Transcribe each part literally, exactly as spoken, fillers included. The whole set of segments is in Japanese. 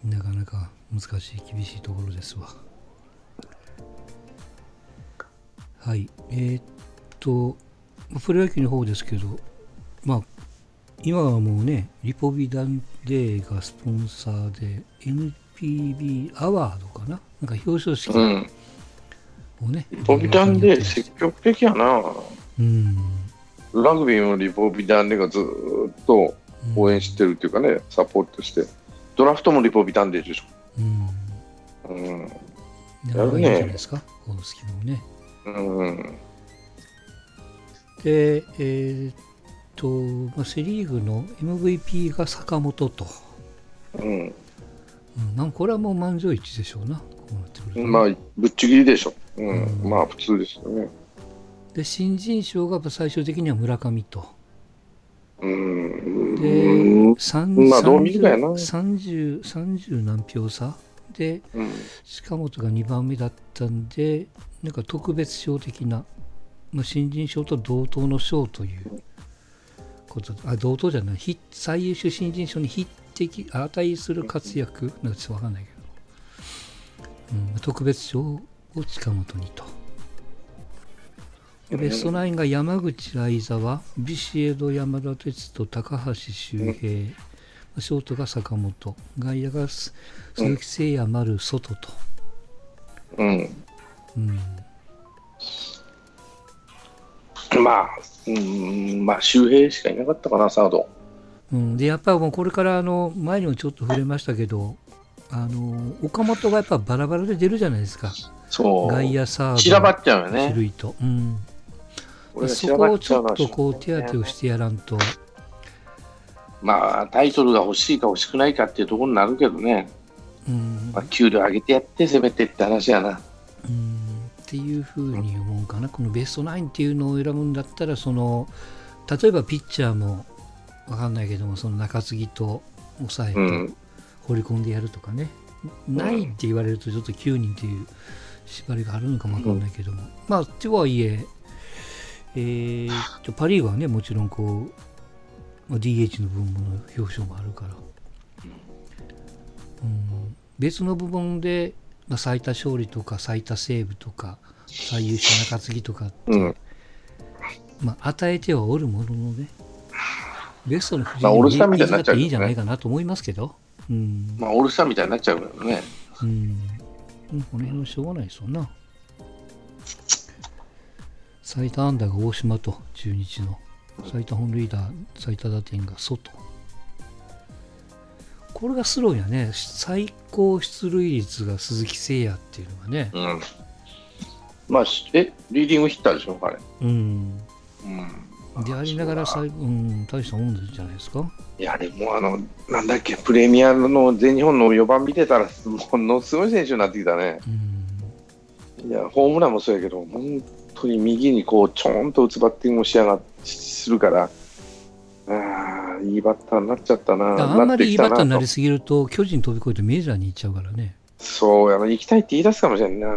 なかなか難しい厳しいところですわ。はい、えー、っとプロ野球の方ですけど、まあ今はもうねリポビタンデーがスポンサーで エヌピービー アワードかな、なんか表彰式をね、 うん、リポビタンデー積極的やな。 うん、 ラグビーもリポビタンデーがずっと応援してるっていうかね、うん、サポートして、ドラフトもリポビタンデーでしょ。うん。うん、 やるね。いいじゃないですか、この好きもね。 うん。 で、えー、っと、まあ、セ・リーグの エムブイピー が坂本と。 うん。うん、 なんかこれはもう満場一致でしょうな。こうなってくるとね、 まあ、ぶっちぎりでしょ。うん。うん、まあ、普通ですよね。 で、新人賞が最終的には村上と。 うん。 で、 まあ、どう見るかやな。 さんじゅう、さんじゅう何票差で、うん、近本がにばんめだったんで、なんか特別賞的な、まあ、新人賞と同等の賞ということで、あ、同等じゃない、最優秀新人賞に匹敵、値する活躍、なんかちょっとわかんないけど、うん、特別賞を近本にと。ベストナインが山口相澤、ビシエド、山田哲人、高橋周平、うん、ショートが坂本、外野が鈴木誠也、丸、外と。 うん。 うん、 まあ、うん、まあ、周平しかいなかったかな、サード。 うん、で、やっぱりもうこれからあの前にもちょっと触れましたけど、あの岡本がやっぱバラバラで出るじゃないですか。 そう。 外野サード、 散らばっちゃうよね。 種類と。うん。そこをちょっとこう手当てをしてやらんと。 まあタイトルが欲しいか欲しくないかっていうところになるけどね、うんまあ、給料上げてやって攻めてって話やな、 うん、っていうふうに思うかな。このベストナインっていうのを選ぶんだったら、その例えばピッチャーも分かんないけども、その中継ぎと抑えと放り込んでやるとかね、うん、ないって言われるとちょっときゅうにんっていう縛りがあるのかも分かんないけども、うん、まあとはいええー、パ・リーグはねもちろんこう ディーエイチ の部分の表彰もあるから、うん、別の部分で、まあ、最多勝利とか最多セーブとか最優秀中継ぎとかって、うんまあ、与えてはおるもののね、ベストの布陣に入れていいんじゃないかなと思いますけど、うん、 まあオールスターみたいになっちゃうからね、 うん、この辺はしょうがないですよな。最多安打が大島と中日の、最多本塁打、最多打点が外。これがスローやね。最高出塁率が鈴木誠也っていうのがね。 うん、まあえリーディングヒッターでしょ彼。 うん。うん、でありながら最後、うん、大したもんじゃないですか。 いやでもあのなんだっけプレミアの全日本のよばん見てたらものすごい選手になってきたね。うん、いやホームランもそうやけど本当に右にこうちょんと打つバッティングをしやがするから、あいいバッターになっちゃったな。 あんまりいいバッターになりすぎると巨人飛び越えてメジャーに行っちゃうからね。 そうやな、行きたいって言い出すかもしれんな。うん、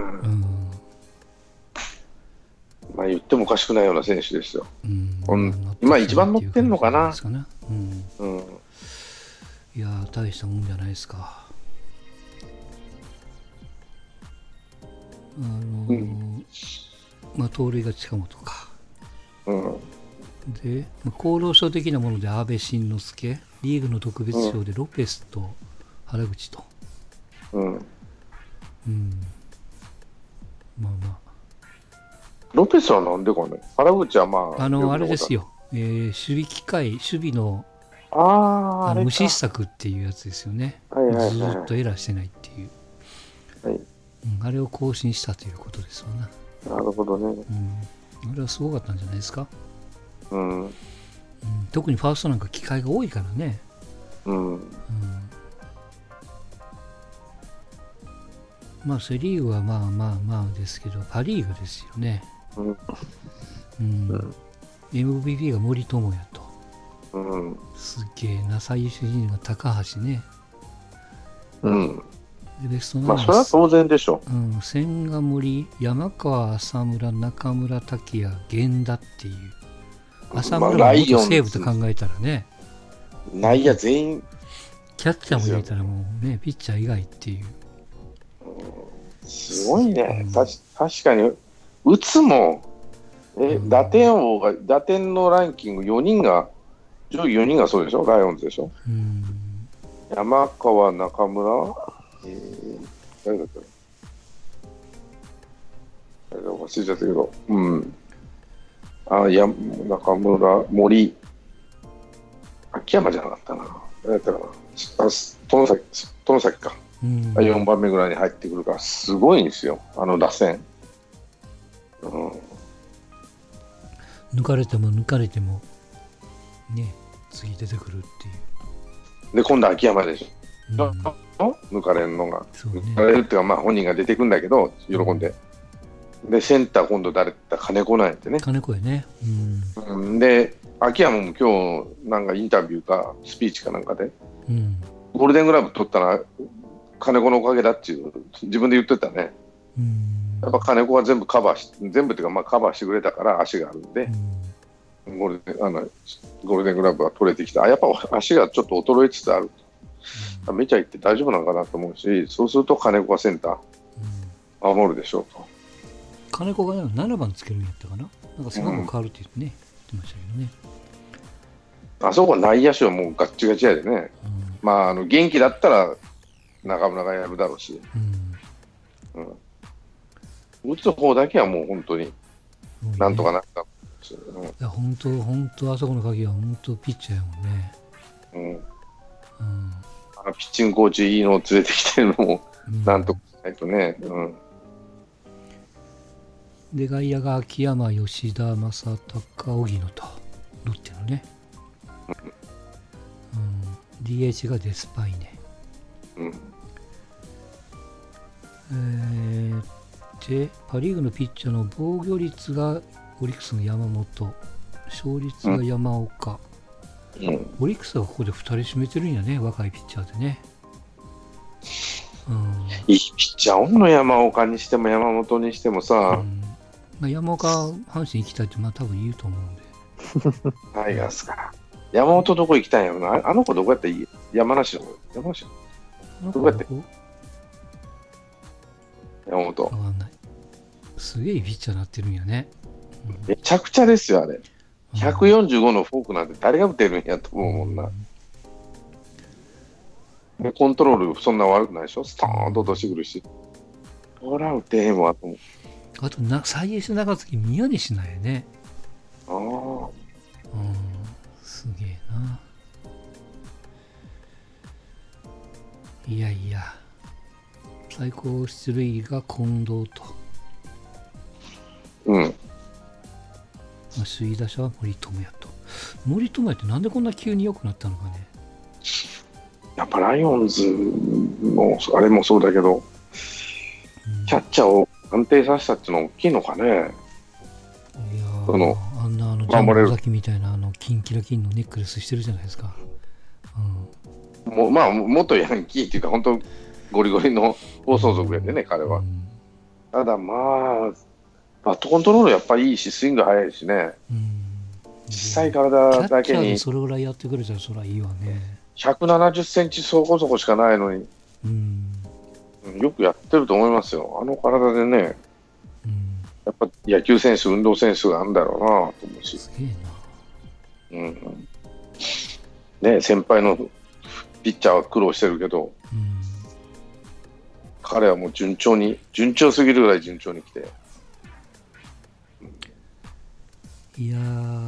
まあ言ってもおかしくないような選手ですよ。うん、今一番乗ってんのかな。 うんうん、いや大したもんじゃないですか。あのーうんまあ、盗塁が近本か、うん、で、まあ、厚労省的なもので安倍晋之助、リーグの特別賞でロペスと原口と、うんうん、まあまあロペスはなんでかね。原口はまああのあれですよ、えー、守備機会守備のああの無失策っていうやつですよね、はいはいはいはい、ずーっとエラーしてないっていう、はいうん、あれを更新したということですよね。 なるほどね、 うん、あれはすごかったんじゃないですか、 うんうん、 特にファーストなんか機会が多いからね、うんうん、まあセ・リーグはまあまあまあですけどパ・リーグですよね、うんうん、エムブイピー が森友哉と、うん、すげえな。最優秀新人が高橋ね、 うんでベストナインまあそれは当然でしょう、うん、千賀森、山川、浅村、中村拓也、源田っていう、浅村も元セーブと考えたらね、 まあ、内野全員キャッチャーも入れたらもうね、ピッチャー以外っていう。 すごいね、たし確かに、打つも、え、うん、打点王が、打点のランキングよにんが、上位よにんがそうでしょ、ライオンズでしょ。うん、山川、中村、えー、誰だったの誰だ忘れちゃったけど、うん。あ、や中村、森、秋山じゃなかったな。誰だったかな。あ、殿崎、殿崎か。うん、よんばんめぐらいに入ってくるから、すごいんですよ、あの打線。うん、 抜かれても抜かれても、ね、次出てくるっていう。 で、今度秋山でしょ。うん、抜かれるのが。ね、抜かれるっていうか、まあ本人が出てくるんだけど、喜んで。うん、で、センター今度誰だ金子なんやってね。 金子やね。 うん、で、秋山も今日、なんかインタビューか、スピーチかなんかで、うん、ゴールデングラブ取ったら、金子のおかげだっていう自分で言ってたね。うん、やっぱ金子は全部カバーし全部っていうかまあカバーしてくれたから足があるんで、うん、ゴールデンあのゴールデングラブが取れてきた。あやっぱ足がちょっと衰えつつある、うん、メジャー行って大丈夫なのかなと思うし、そうすると金子がセンター守るでしょうと。 金子がななばんつけるんやったかな。なんか背番号変わるって言ってね、うん、言ってましたけどね。 あそこは内野手はもうガッチガチやでね、うん、まああの元気だったら中村がやるだろうし、うんうん、打つ方だけはもう本当になんとかなった、 うん、いや本当本当あそこの鍵は本当ピッチャーやもんね、うんうん、 あピッチングコーチいいのを連れてきてるのもなんとかしないとね、うん、 で外野が秋山、吉田、正尚、荻野とロッテのね、うん、ディーエイチ がデスパイネ、うんえー、でパ・リーグのピッチャーの防御率がオリックスの山本、勝率が山岡、うん、オリックスはここでふたり占めてるんやね、若いピッチャーでね、 うん、いいピッチャーおんの、山岡にしても山本にしてもさ、うんまあ、山岡阪神行きたいってまあ多分言うと思うんでタイガースか山本どこ行きたいんやろな、あの子どこやったらいい、山梨の山梨どこやって山本わかんない、 すげえピッチャーなってるんやね、 うん、めちゃくちゃですよあれ、ひゃくよんじゅうごのフォークなんて誰が打てるんやと思うもんな、うん、コントロールそんな悪くないでしょ、ストーンと落としてくるし、ほら打てへんわと思う。 あとな最優秀中継ぎ宮西なんやね。ああ、うん、すげえな。いやいや、最高出塁が近藤と、 うん、 まあ、首位打者は森友哉と。森友哉ってなんでこんな急に良くなったのかね。 やっぱライオンズのあれもそうだけど、うん、キャッチャーを安定させたっていうのは大きいのかね。いやそのあんなあのジャンボ崎みたいなあのキンキラキンのネックレスしてるじゃないですか。 うん、もまあ元ヤンキーっていうか本当ゴリゴリの暴走族やでね、うん、彼は、うん、ただまあバットコントロールやっぱりいいしスイング速いしね、うん、小さい体だけにそれぐらいやってくれたらそれはいいわね。 ひゃくななじゅっセンチそこそこしかないのに、うんよくやってると思いますよ、あの体でね、うん、やっぱ野球選手、運動選手があるんだろうなと思うし、すげえな、うんね、先輩のピッチャーは苦労してるけど、うん、彼はもう順調に、順調すぎるぐらい順調に来て、 うん、いや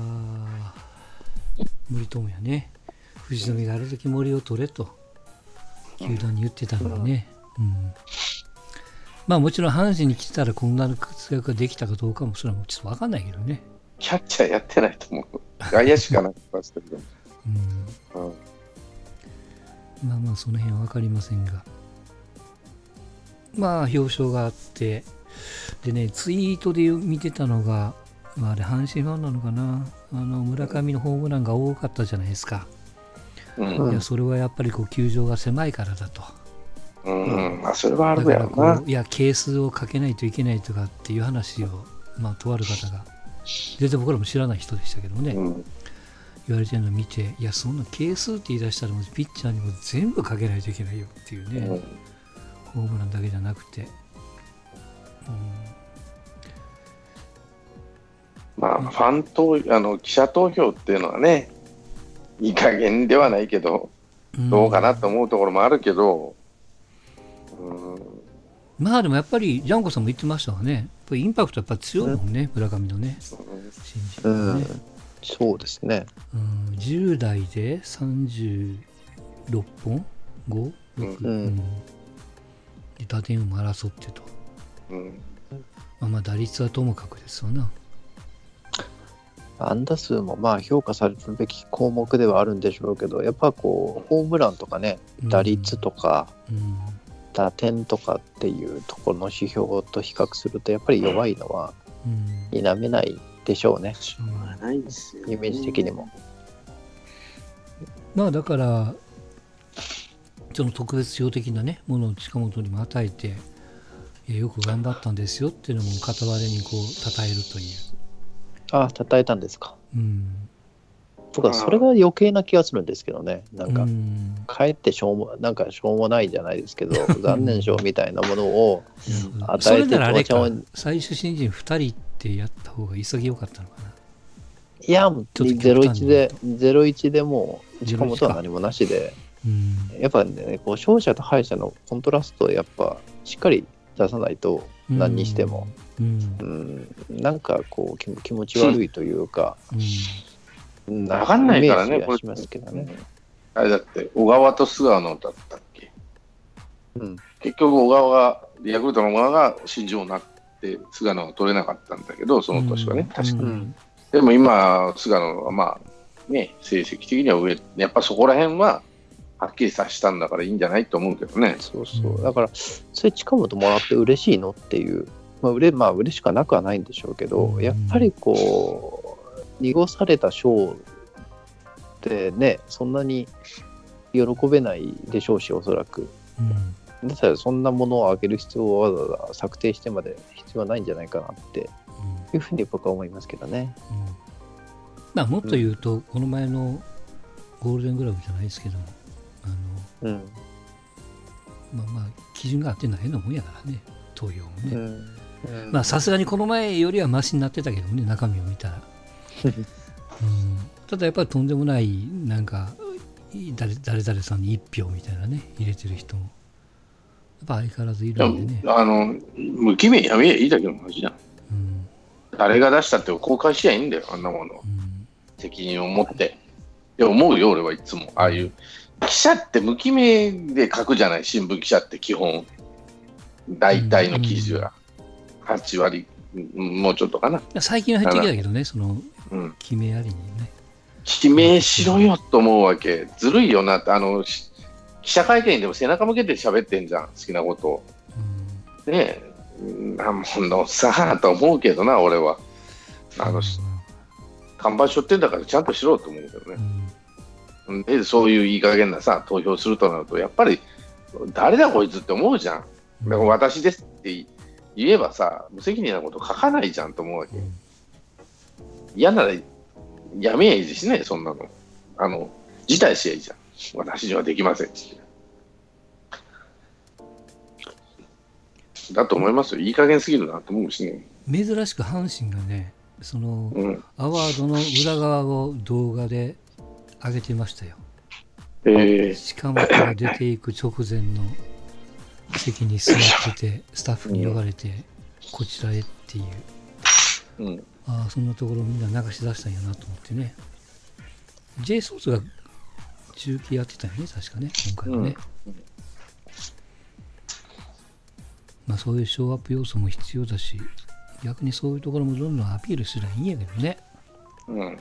ー、森友哉ね、藤浪があるとき森を取れと球団に言ってたのにね。うん、まあもちろん阪神に来てたらこんな活躍ができたかどうかもそれはもうちょっと分かんないけどね。 キャッチャーやってないと思う。外野手かなんかしてるけど、 うんうん、まあまあその辺は分かりませんが、まあ表彰があってでね、ツイートで見てたのが、まあ、あれ阪神ファンなのかな、あの村上のホームランが多かったじゃないですか、うん、いやそれはやっぱりこう球場が狭いからだと。 うんうん、あそれはあるやろな。だからこういや係数をかけないといけないとかっていう話を、まあ、とある方が全然僕らも知らない人でしたけどもね、うん、 言われてるのを見て、いやそんな係数って言い出したらもうピッチャーにも全部かけないといけないよっていうね、うん、ホームランだけじゃなくて、うん、 まあ、ファン投あの記者投票っていうのはね、いい加減ではないけど、どうかなと思うところもあるけど、 うん、まあでもやっぱりジャンコさんも言ってましたがね、やっぱりインパクトやっぱ強いもんね、うん、村上のね、新人のね、うん、 そうですね、 うん、じゅう代でさんじゅうろっぽん、ご、ろく、うんうん、打点を争ってと、うん、まあ、まあ打率はともかくですわな。 安打数もまあ評価されるべき項目ではあるんでしょうけど、やっぱこうホームランとかね、打率とか、うん、打点とかっていうところの指標と比較するとやっぱり弱いのは否めないでしょうね、 うん、イメージ的にも。 まあだからその特別賞的なねものを近本にも与えて、よく頑張ったんですよっていうのも片割れにこう称えるという。 ああ、称えたんですか。 うん、 僕はそれが余計な気がするんですけどね。なんか、うん、かえってしょうもなんかしょうもないじゃないですけど残念賞みたいなものを与えて、 それならあれか最終新人ふたりってやった方が潔かったのかな。 いや、ゼロいちでゼロいちでもう近本は何もなしで、うん、やっぱね、こう勝者と敗者のコントラストをやっぱしっかり出さないと、何にしても、うんうん、なんかこう気持ち悪いというか、 うん、分かんないからね、 これしますけどね。 あれだって小川と菅野だったっけ、うん、結局小川がヤクルトの小川が新人王になって菅野は取れなかったんだけど、その年はね、うん、確かに、うん、でも今菅野はまあね成績的には上、やっぱそこら辺ははっきりさせたんだからいいんじゃないと思うけどね。 そうそう、だからそれ近本もらって嬉しいのっていう、まあうれまあ嬉しくなくはないんでしょうけど、うん、やっぱりこう濁された賞ってね、そんなに喜べないでしょうし、おそらく、うん、だったらそんなものをあげる必要をわざわざ策定してまで必要はないんじゃないかなっていうふうに僕は思いますけどね、うん、 まあ、もっと言うと、うん、この前のゴールデングラブじゃないですけども、あの、うん、まあまあ基準が合ってないのもんやからね、投票もね、うんうん、まあさすがにこの前よりはマシになってたけどね、中身を見たら、うん、ただやっぱりとんでもないなんか 誰, 誰々さんにいち票みたいなね入れてる人もやっぱ相変わらずいるんでね。 あの無記名やめやいいだけの話じゃん、うん、誰が出したって公開しやいいんだよ、あんなもの、うん、責任を持って。いや思うよ、俺はいつもああいう記者って無記名で書くじゃない、新聞記者って基本大体の記事ははち割、もうちょっとかな。 最近は減ってきたけどね、その、うん、記名ありにね。 記名しろよと思うわけ。ずるいよなって、あの記者会見でも背中向けて喋ってんじゃん、好きなことを、うん、ねえ、なんものさあと思うけどな、俺はあの、うん、看板背負ってんだからちゃんとしろと思うけどね、うん、でそういういい加減なさ投票するとなるとやっぱり誰だこいつって思うじゃん。だから私ですって言えばさ、無責任なこと書かないじゃんと思うわけ。嫌ならやめやいいしね、そんなの。あの辞退しやいいじゃん。私にはできませんって。だと思いますよ。いい加減すぎるなと思うしね。 珍しく阪神がね、その、うん、アワードの裏側を動画で上げてましたよ。えー、近本が出ていく直前の席に座っててスタッフに呼ばれてこちらへっていう、うん、ああそんなところみんな流し出したんやなと思ってね。 J ソースが中継やってたよね確かね、今回はね、うん、まあそういうショーアップ要素も必要だし、逆にそういうところもどんどんアピールすればいいんやけどね。うん、うん、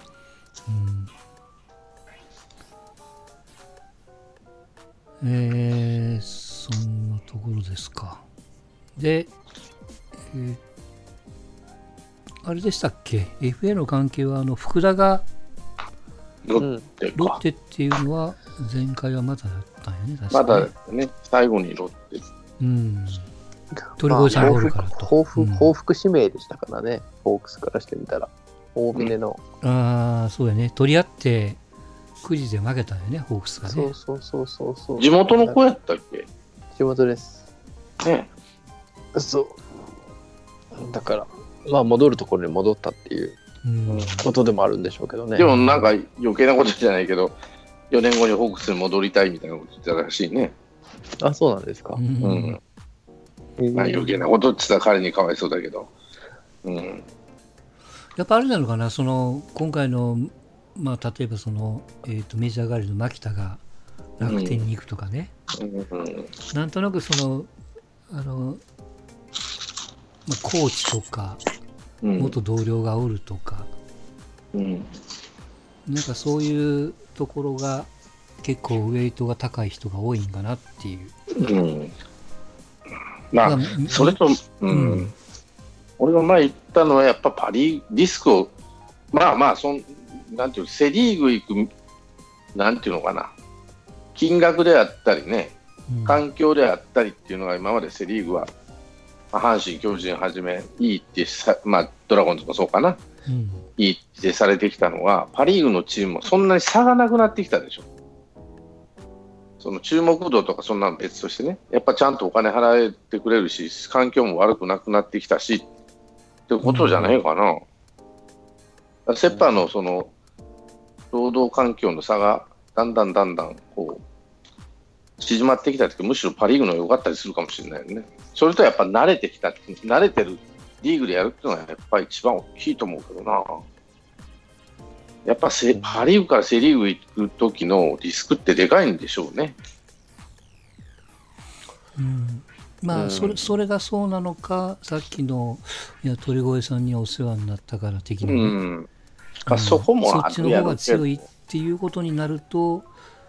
えー、そんなところですか。で、えー、あれでしたっけ、 エフエー の関係はあの福田がロッテか、 ロッテっていうのは前回はまだだったんよね、確かね。まだね、最後にロッテ。うん。 鳥越さんがおるからと。 報復、報復指名でしたからね、ホークスからしてみたら。 大峰の、 うん、ああそうやね、取り合ってくじで負けたよね、ホークスがね。 そうそうそうそうそう。 地元の子やったっけ？ 地元です。 ね。 そう。だから、まあ戻るところに戻ったっていうことでもあるんでしょうけどね。 でもなんか余計なことじゃないけど、よねんごにホークスに戻りたいみたいなこと言ってたらしいね。 あ、そうなんですか。 うん。 うん、まあ、余計なことって言ったら彼にかわいそうだけど。うん。 やっぱあれなのかな、その今回の、まあ、例えばその、えーと、メジャー帰りの牧田が楽天に行くとかね、 うんうん、 なんとなくその、あの、まあ、コーチとか、元同僚がおるとか、 うん、 なんかそういうところが結構ウェイトが高い人が多いんかなっていう。 うん、まあ、まあ、それと、うん、うん、俺が前言ったのはやっぱパリリスクを、まあまあそんなんていうセリーグ行くなんていうのかな、金額であったりね、環境であったりっていうのが今までセリーグは、まあ、阪神巨人はじめいいってさ、まあ、ドラゴンズもそうかな、うん、いいってされてきたのがパ・リーグのチームもそんなに差がなくなってきたでしょ。その注目度とかそんなの別としてね、やっぱちゃんとお金払えてくれるし環境も悪くなくなってきたしってことじゃないかな、うん、セッパーのその労働環境の差がだんだんだんだんこう縮まってきたというか、むしろパ・リーグの方が良かったりするかもしれないよね。それとやっぱ慣れてきた、慣れてるリーグでやるっていうのがやっぱり一番大きいと思うけどな。やっぱセパ・リーグからセ・リーグ行く時のリスクってでかいんでしょうね。 うん、まあ、うん、それそれがそうなのか、さっきのいや鳥越さんにお世話になったから的なね、うんまあ、そこもそっちの方が強いっていうことになると、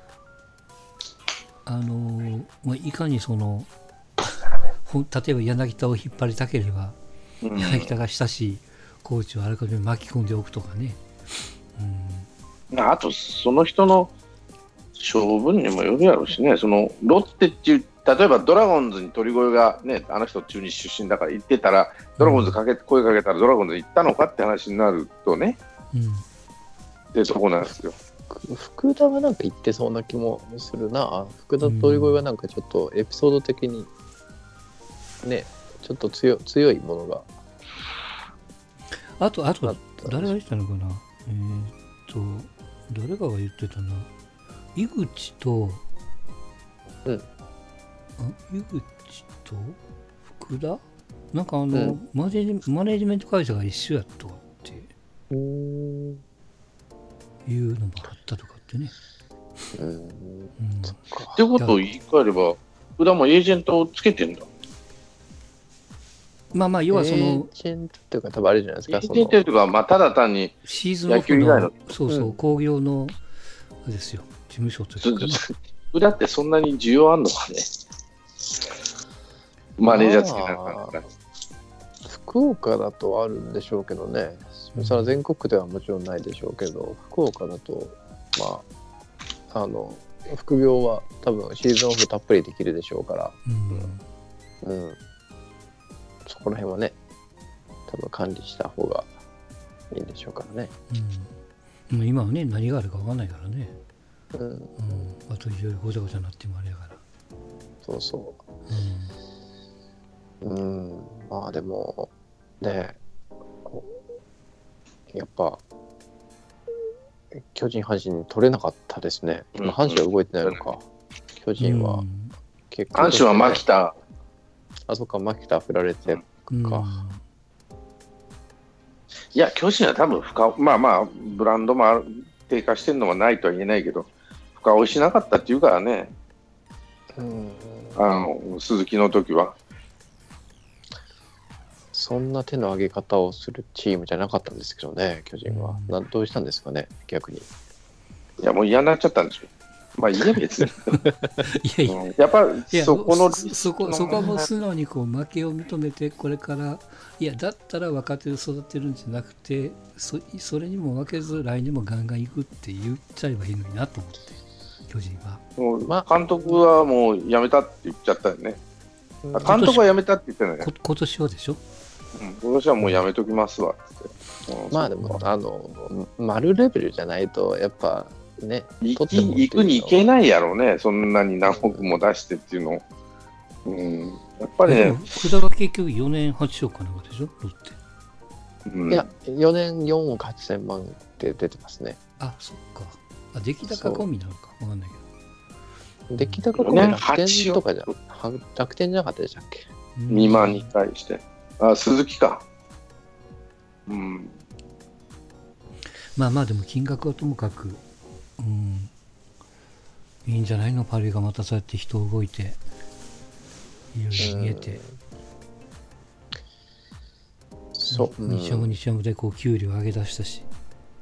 あのまあ、いかにその例えば柳田を引っ張りたければ、うん、柳田が親しいコーチをあらかじめ巻き込んでおくとかね、 うん、あとその人の勝負にもよるやろうしね、そのロッテっていう例えばドラゴンズに鳥越がね、あの人中日出身だから行ってたらドラゴンズかけ、うん、声かけたらドラゴンズ行ったのかって話になるとね、うん、ってとこなんですよ。 福田はなんか言ってそうな気もするな。福田鳥越はなんかちょっとエピソード的にね、ちょっと 強, 強いものがあとあと誰が言ったのかな、えー、っと誰かが言ってたな、井口と、 うん、 あ井口と福田なんかあの、うん、マネジマネジメント会社が一緒やったっていうのもあったとかってね。 うんうん、 ってことを言い換えれば福田もエージェントをつけてんだ。 まあまあ要はそのエージェントっていうか多分あれじゃないですか。 エージェントっていうかまあただ単にシーズンオフのそうそう興行、うん、のあれですよ、事務所というか。 福田ってそんなに需要あんのかね。マネージャーつけなかったら。 福岡だとあるんでしょうけどね。それは全国ではもちろんないでしょうけど、福岡だとまああの副業は多分シーズンオフたっぷりできるでしょうから、うん、うん、そこら辺はね多分管理した方がいいんでしょうからね。 うん、今はね何があるか分かんないからね。 うん。うん、 あといろいろごちゃごちゃなってもあれやから。 そうそう。うん。うん、まあでもね。やっぱ巨人阪神に取れなかったですね。うん、阪神は動いてないのか、うん、巨人は結構、ね、阪神は牧田、 あそっか牧田振られてか、うん、 いや巨人は多分深まあまあブランドも低下してるのはないとは言えないけど深追いしなかったっていうからね、 うん、 あの鈴木の時はそんな手の上げ方をするチームじゃなかったんですけどね、巨人は。などうしたんですかね、逆に。いや、もう嫌になっちゃったんでしょ。まあ、いいや、別に。 いやいや、 うん、やっぱりそこのそこ、そこはもう素直にこう負けを認めて、これから、いや、だったら若手を育てるんじゃなくて、そ, それにも負けず、来年もガンガン行くって言っちゃえばいいのになと思って、巨人は。 もうまあ、監督はもう辞めたって言っちゃったよね。監督は辞めたって言ってないね。 今年はでしょ。 うん、今年はもうやめときますわって。うん、 まあでも、あの、丸レベルじゃないと、やっぱね、 行き行くに行けないやろうね、そんなに何億も出してっていうの。うん、やっぱりね。 福田が結局よねんはちおくかなんかでしょ、ロッテ。 うん、 いや、よねんよんおくはっせんまんって出てますね。 あ、そっか。あ、出来高込みなのか、わかんないけど。 出来高込み楽天とかじゃ、楽天じゃなかったでしたっけ？ にまんに対して。あ、鈴木か。うん。 まあまあ、でも金額はともかく、うん、いいんじゃないの、パリがまたそうやって人動いて、いろいろ見えて。 そう。 日ハム、日ハムでこう給料上げ出したし。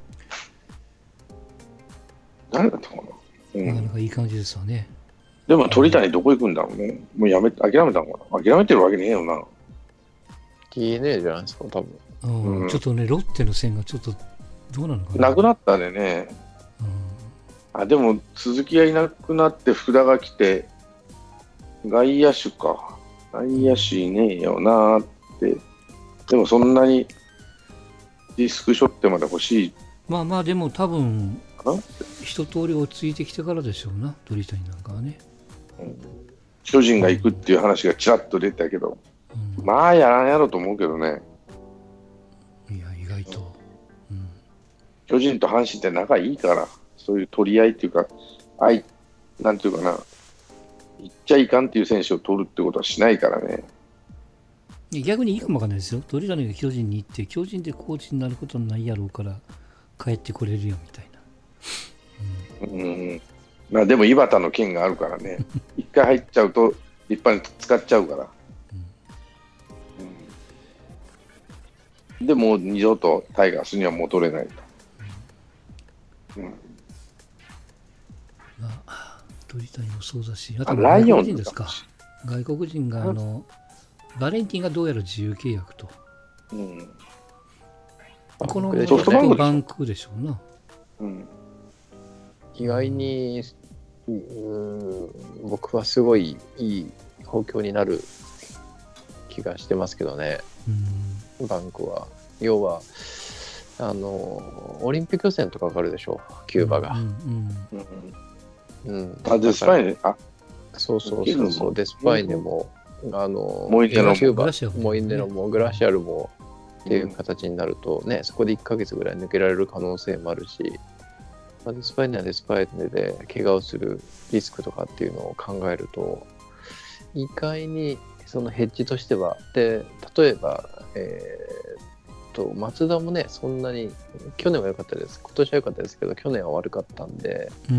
誰だったかな、うん、 なかなかいい感じですよね。 でも鳥谷どこ行くんだろうね。もうやめ、諦めたのかな。諦めてるわけねえよな。 ディーエヌエー じゃないですか、多分。 うんうん、ちょっとね、ロッテの線がちょっとどうなのかな。なくなったでね。うん、あ、でも鈴木がいなくなって福田が来て、外野手か。外野手いねえよなって。でもそんなにディスクショってまで欲しい。 まあまあ、でも多分、一通り落ち着いてきてからでしょうな、鳥谷なんかはね。 うん、巨人が行くっていう話がちらっと出たけど、うん、まあやらんやろと思うけどね。 いや、意外と、うん。 巨人と阪神って仲いいから、そういう取り合いっていうか、あいなんていうかな、行っちゃいかんっていう選手を取るってことはしないからね。 逆にいいかもわかんないですよ。鳥谷が巨人に行って、巨人でコーチになることないやろうから、帰ってこれるよみたいな。 うん、うん、まあでも井端の件があるからね、一回入っちゃうと立派に使っちゃうから、うんうん、でもう二度とタイガースには戻れないと、うんうん、 まあ鳥谷もそうだし、あとライオン外国人ですか。外国人があのバレンティンがどうやら自由契約と、うん、このソフトバンクでしょうな。うん、 意外に、うん、僕はすごいいい補強になる気がしてますけどね、うん、バンクは。要はあのオリンピック予選とかかかるでしょ、キューバが。 デスパイネ、あ、 そうそうそうそう、デスパイネも、あのモイネロもキューバ、モイネロもグラシアルもっていう形になるとね、そこでいっかげつぐらい抜けられる可能性もあるし、デスパイネはデスパイネで怪我をするリスクとかっていうのを考えると、意外にそのヘッジとしては、で例えば、えー、と松田もね、そんなに去年は良かったです、今年は良かったですけど、去年は悪かったんで、うん、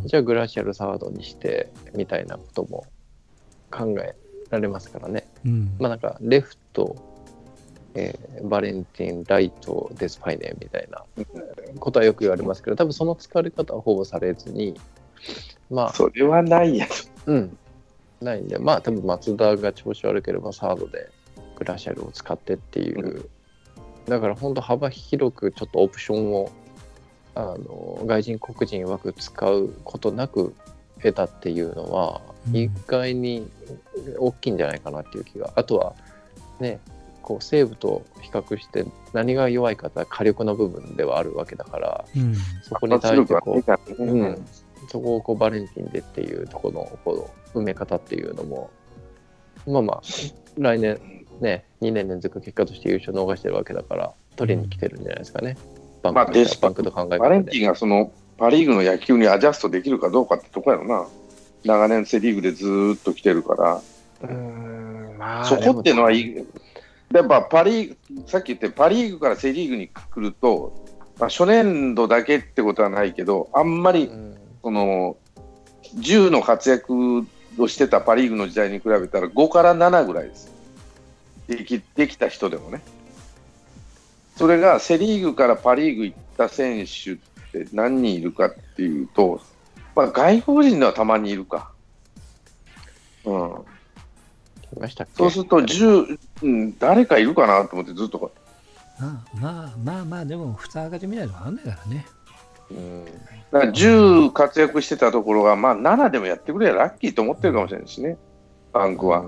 じゃあグラシアルサードにしてみたいなことも考えられますからね、うん、まあなんかレフト、えー、バレンティン、ライト、デスパイネみたいなことはよく言われますけど、多分その使われ方はほぼされずに、まあそれはないやつ、 うん、ないんで、まあ多分松田が調子悪ければサードでグラシャルを使ってっていう、うん、だから本当幅広くちょっとオプションをあの外人黒人枠使うことなく得たっていうのは、うん、意外に大きいんじゃないかなっていう気が。あとはね、こう西武と比較して何が弱いかって火力の部分ではあるわけだから、うん、そこに対してこう、うん、そこをこうバレンティンでっていうところのこの埋め方っていうのも、まあまあ来年ねにねん連続結果として優勝を逃してるわけだから取りに来てるんじゃないですかね。バンク、まあ、デスパンクと考え方でバレンティンがそのパ・リーグの野球にアジャストできるかどうかってとこやろな。長年セ・リーグでずーっと来てるから、うーん、まあ、そこっていうのはいい。やっぱパリーグ、さっき言ってパ・リーグからセ・リーグに来ると、まあ、初年度だけってことはないけど、あんまりそのじゅうの活躍をしてたパ・リーグの時代に比べたらごからななぐらいです。でき、できた人でもね。それがセ・リーグからパ・リーグ行った選手って何人いるかっていうと、まあ、外国人ではたまにいるか。うん。 いましたっけ？ そうするとじゅう、うん、誰かいるかなと思ってずっと。 まあまあまあまあ、でも蓋開けてみないと分かんないからね。 うん。だからじゅう活躍してたところが、まあななでもやってくれやラッキーと思ってるかもしれないしね、バンクは。うん、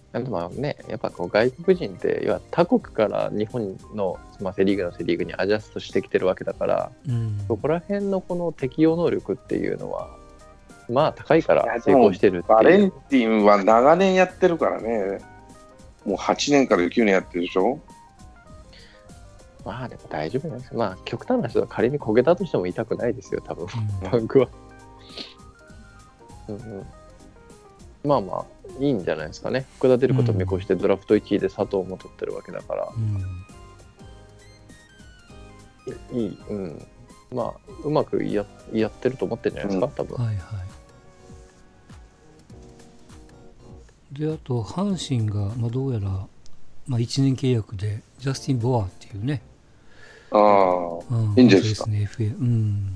あとまあね、やっぱこう外国人って要は他国から日本の、まあ、セ・リーグのセ・リーグにアジャストしてきてるわけだから、 うん、 そこら辺のこの適応能力っていうのはまあ高いから成功してるっていう。 バレンティンは長年やってるからね。もうはちねんからきゅうねんやってるでしょ。 まあでも大丈夫なんですよ。まあ極端な人は仮に焦げたとしても痛くないですよ多分、 うん、 パンクは、うんうん、まあまあいいんじゃないですかね。福田出ることを見越してドラフトいちいで佐藤も取ってるわけだから、うん、いい、うん、まあうまくや、やってると思ってるんじゃないですか、多分。 はいはい。であと阪神が、まあ、どうやら、まあ、いちねん契約でジャスティン・ボアっていうね、 ああ、うん、いいんですか。 ね、エフエー、うん、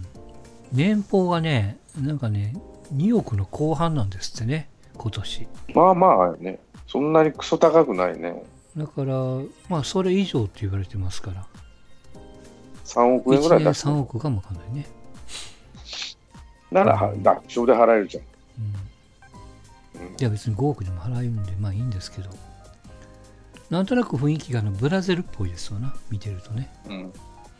年俸がねなんかねにおくの後半なんですってね今年。 まあまあね、そんなにクソ高くないね。 だからまあそれ以上って言われてますからさんおくえんぐらいだ。さんおくかもわかんないね。 なら、うん、楽勝で払えるじゃん。 うん、いや別にごおくでも払えるんでまあいいんですけど、なんとなく雰囲気があのブラゼルっぽいですよな、見てるとね。うんうん、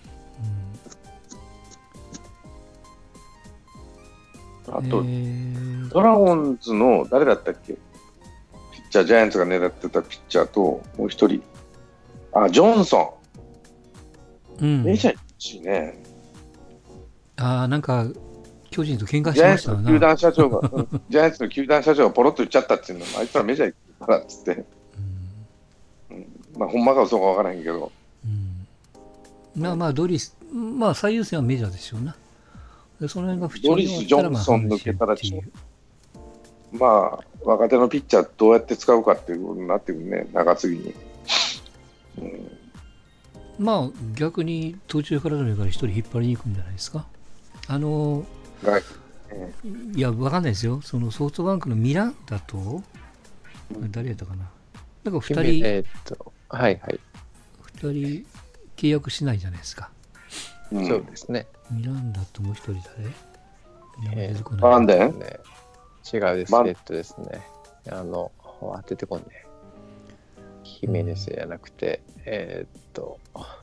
あと、えー、ドラゴンズの誰だったっけ、ピッチャー、ジャイアンツが狙ってたピッチャーともう一人、あ、ジョンソン、うん、メジャーに欲しいね。 ああ、なんか巨人と喧嘩してましたな。 ジャイアンツの球団社長が、うん、ジャイアンツの球団社長がポロッと言っちゃったっていうのも、あいつらメジャー行くからっつって、うんうん、まあほんまか嘘か分からへんけど、 うん、まあまあドリス、まあ最優先はメジャーでしょうな。でその辺が不調ドリス・ジョンソン抜けたらちょまあ若手のピッチャーどうやって使うかっていうことになってくるね、中継ぎに、うん、 まあ逆に途中からでもいいから一人引っ張りに行くんじゃないですか。あのーうん、いや分かんないですよ。そのソフトバンクのミランダと、うん、誰やったかな、なんかふたり、 えー、っとはいはいふたり契約しないじゃないですか。 うん、そうですね。 ミランダともう一人誰？ えー、バンデン？ 違うです。えっとですね。あの、当ててこんね。ヒメネスじゃなくて、うん、えー、っと。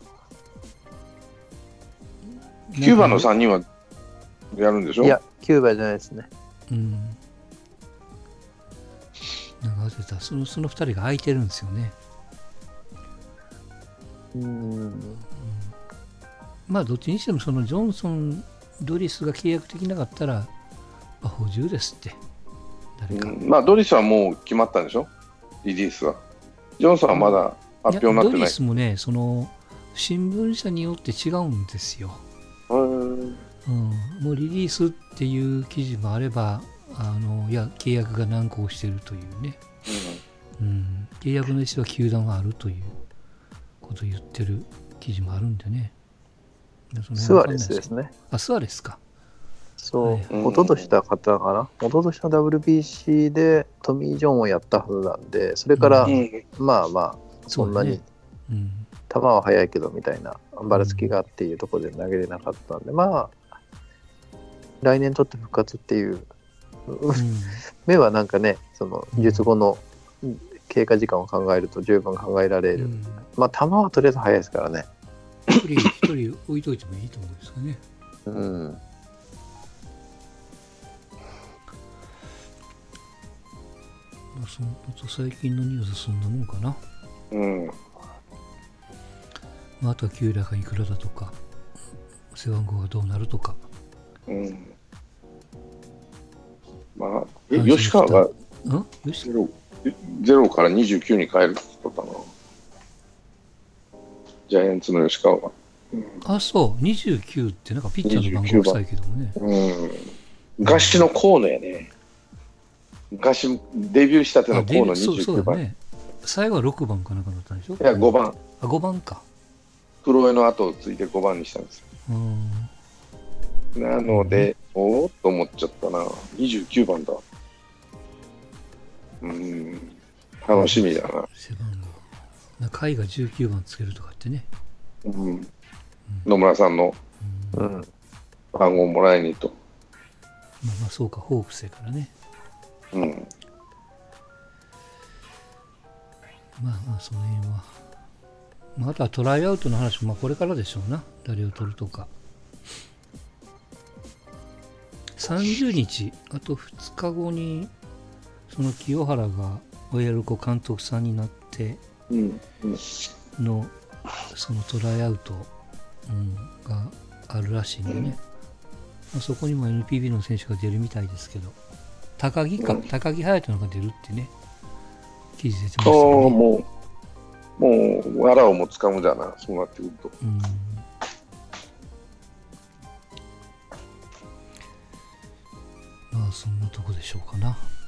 キューバのさんにんはやるんでしょ？ いや、キューバじゃないですね。 うん。なんか当てた。その、そのふたりが空いてるんですよね。 うん。うんまあどっちにしてもそのジョンソン、ドリスが契約できなかったら、まあ、補充ですって誰か、 うん、まあドリスはもう決まったんでしょ、リリースは。ジョンソンはまだ発表になってない。 ドリスもね、その新聞社によって違うんですよ。うん、もうリリースっていう記事もあれば、あのいや契約が難航しているというね、うんうん、契約の意思は球団があるということを言ってる記事もあるんでね。 スアレスですね。 あ、スアレスか。 そう、はい、一昨年した方かな。一昨年の ダブリュービーシー でトミー・ジョンをやったはずなんで、それから、うん、まあまあ、そんなに、うん、球は速いけどみたいな、ばらつきがっていうところで投げれなかったんで、まあ、来年とって復活っていう、うん、目はなんかね、その術後の経過時間を考えると十分考えられる。うん、まあ、球はとりあえず速いですからね。 一人一人置いといてもいいと思うんですかね。うん。まあ、そのと最近のニュースそんなもんかな。うん。まあ、あとは給料がいくらだとか、背番号がどうなるとか。うん。 まあ、え吉川がゼロ、ゼロからにじゅうきゅうに変えるって言ったかな。ジャイアンツの吉川は、 うん、あ、そうにじゅうきゅうってなんかピッチャーの番号臭いけどもね、 うん、昔の河野やね。昔デビューしたての河野にじゅうきゅうばん。そうそうだね。 最後はろくばんかなんかだったんでしょ。いやごばん。 あ、ごばんか。 黒江の後をついてごばんにしたんですよ。うん、なので、うん、おおと思っちゃったな。にじゅうきゅうばんだ。うん、楽しみだな。背番号甲斐がじゅうきゅうばんつけるとかってね、 うんうん、野村さんの、うん、番号もらいにと、 まあ、まあそうかホークスやからね、うん、 まあまあその辺は、まあ、あとはトライアウトの話もまあこれからでしょうな、誰を取るとか。さんじゅうにち、あとふつかごにその清原が親子監督さんになってのそのトライアウト、うん、があるらしいんでね、まあ、そこにも エヌピービー の選手が出るみたいですけど、高木か、うん、高木隼人のが出るってね、記事出てましたね。 もう、もう、わらをもつかむだな、そうなってくると。うん、 まあ、そんなとこでしょうかな。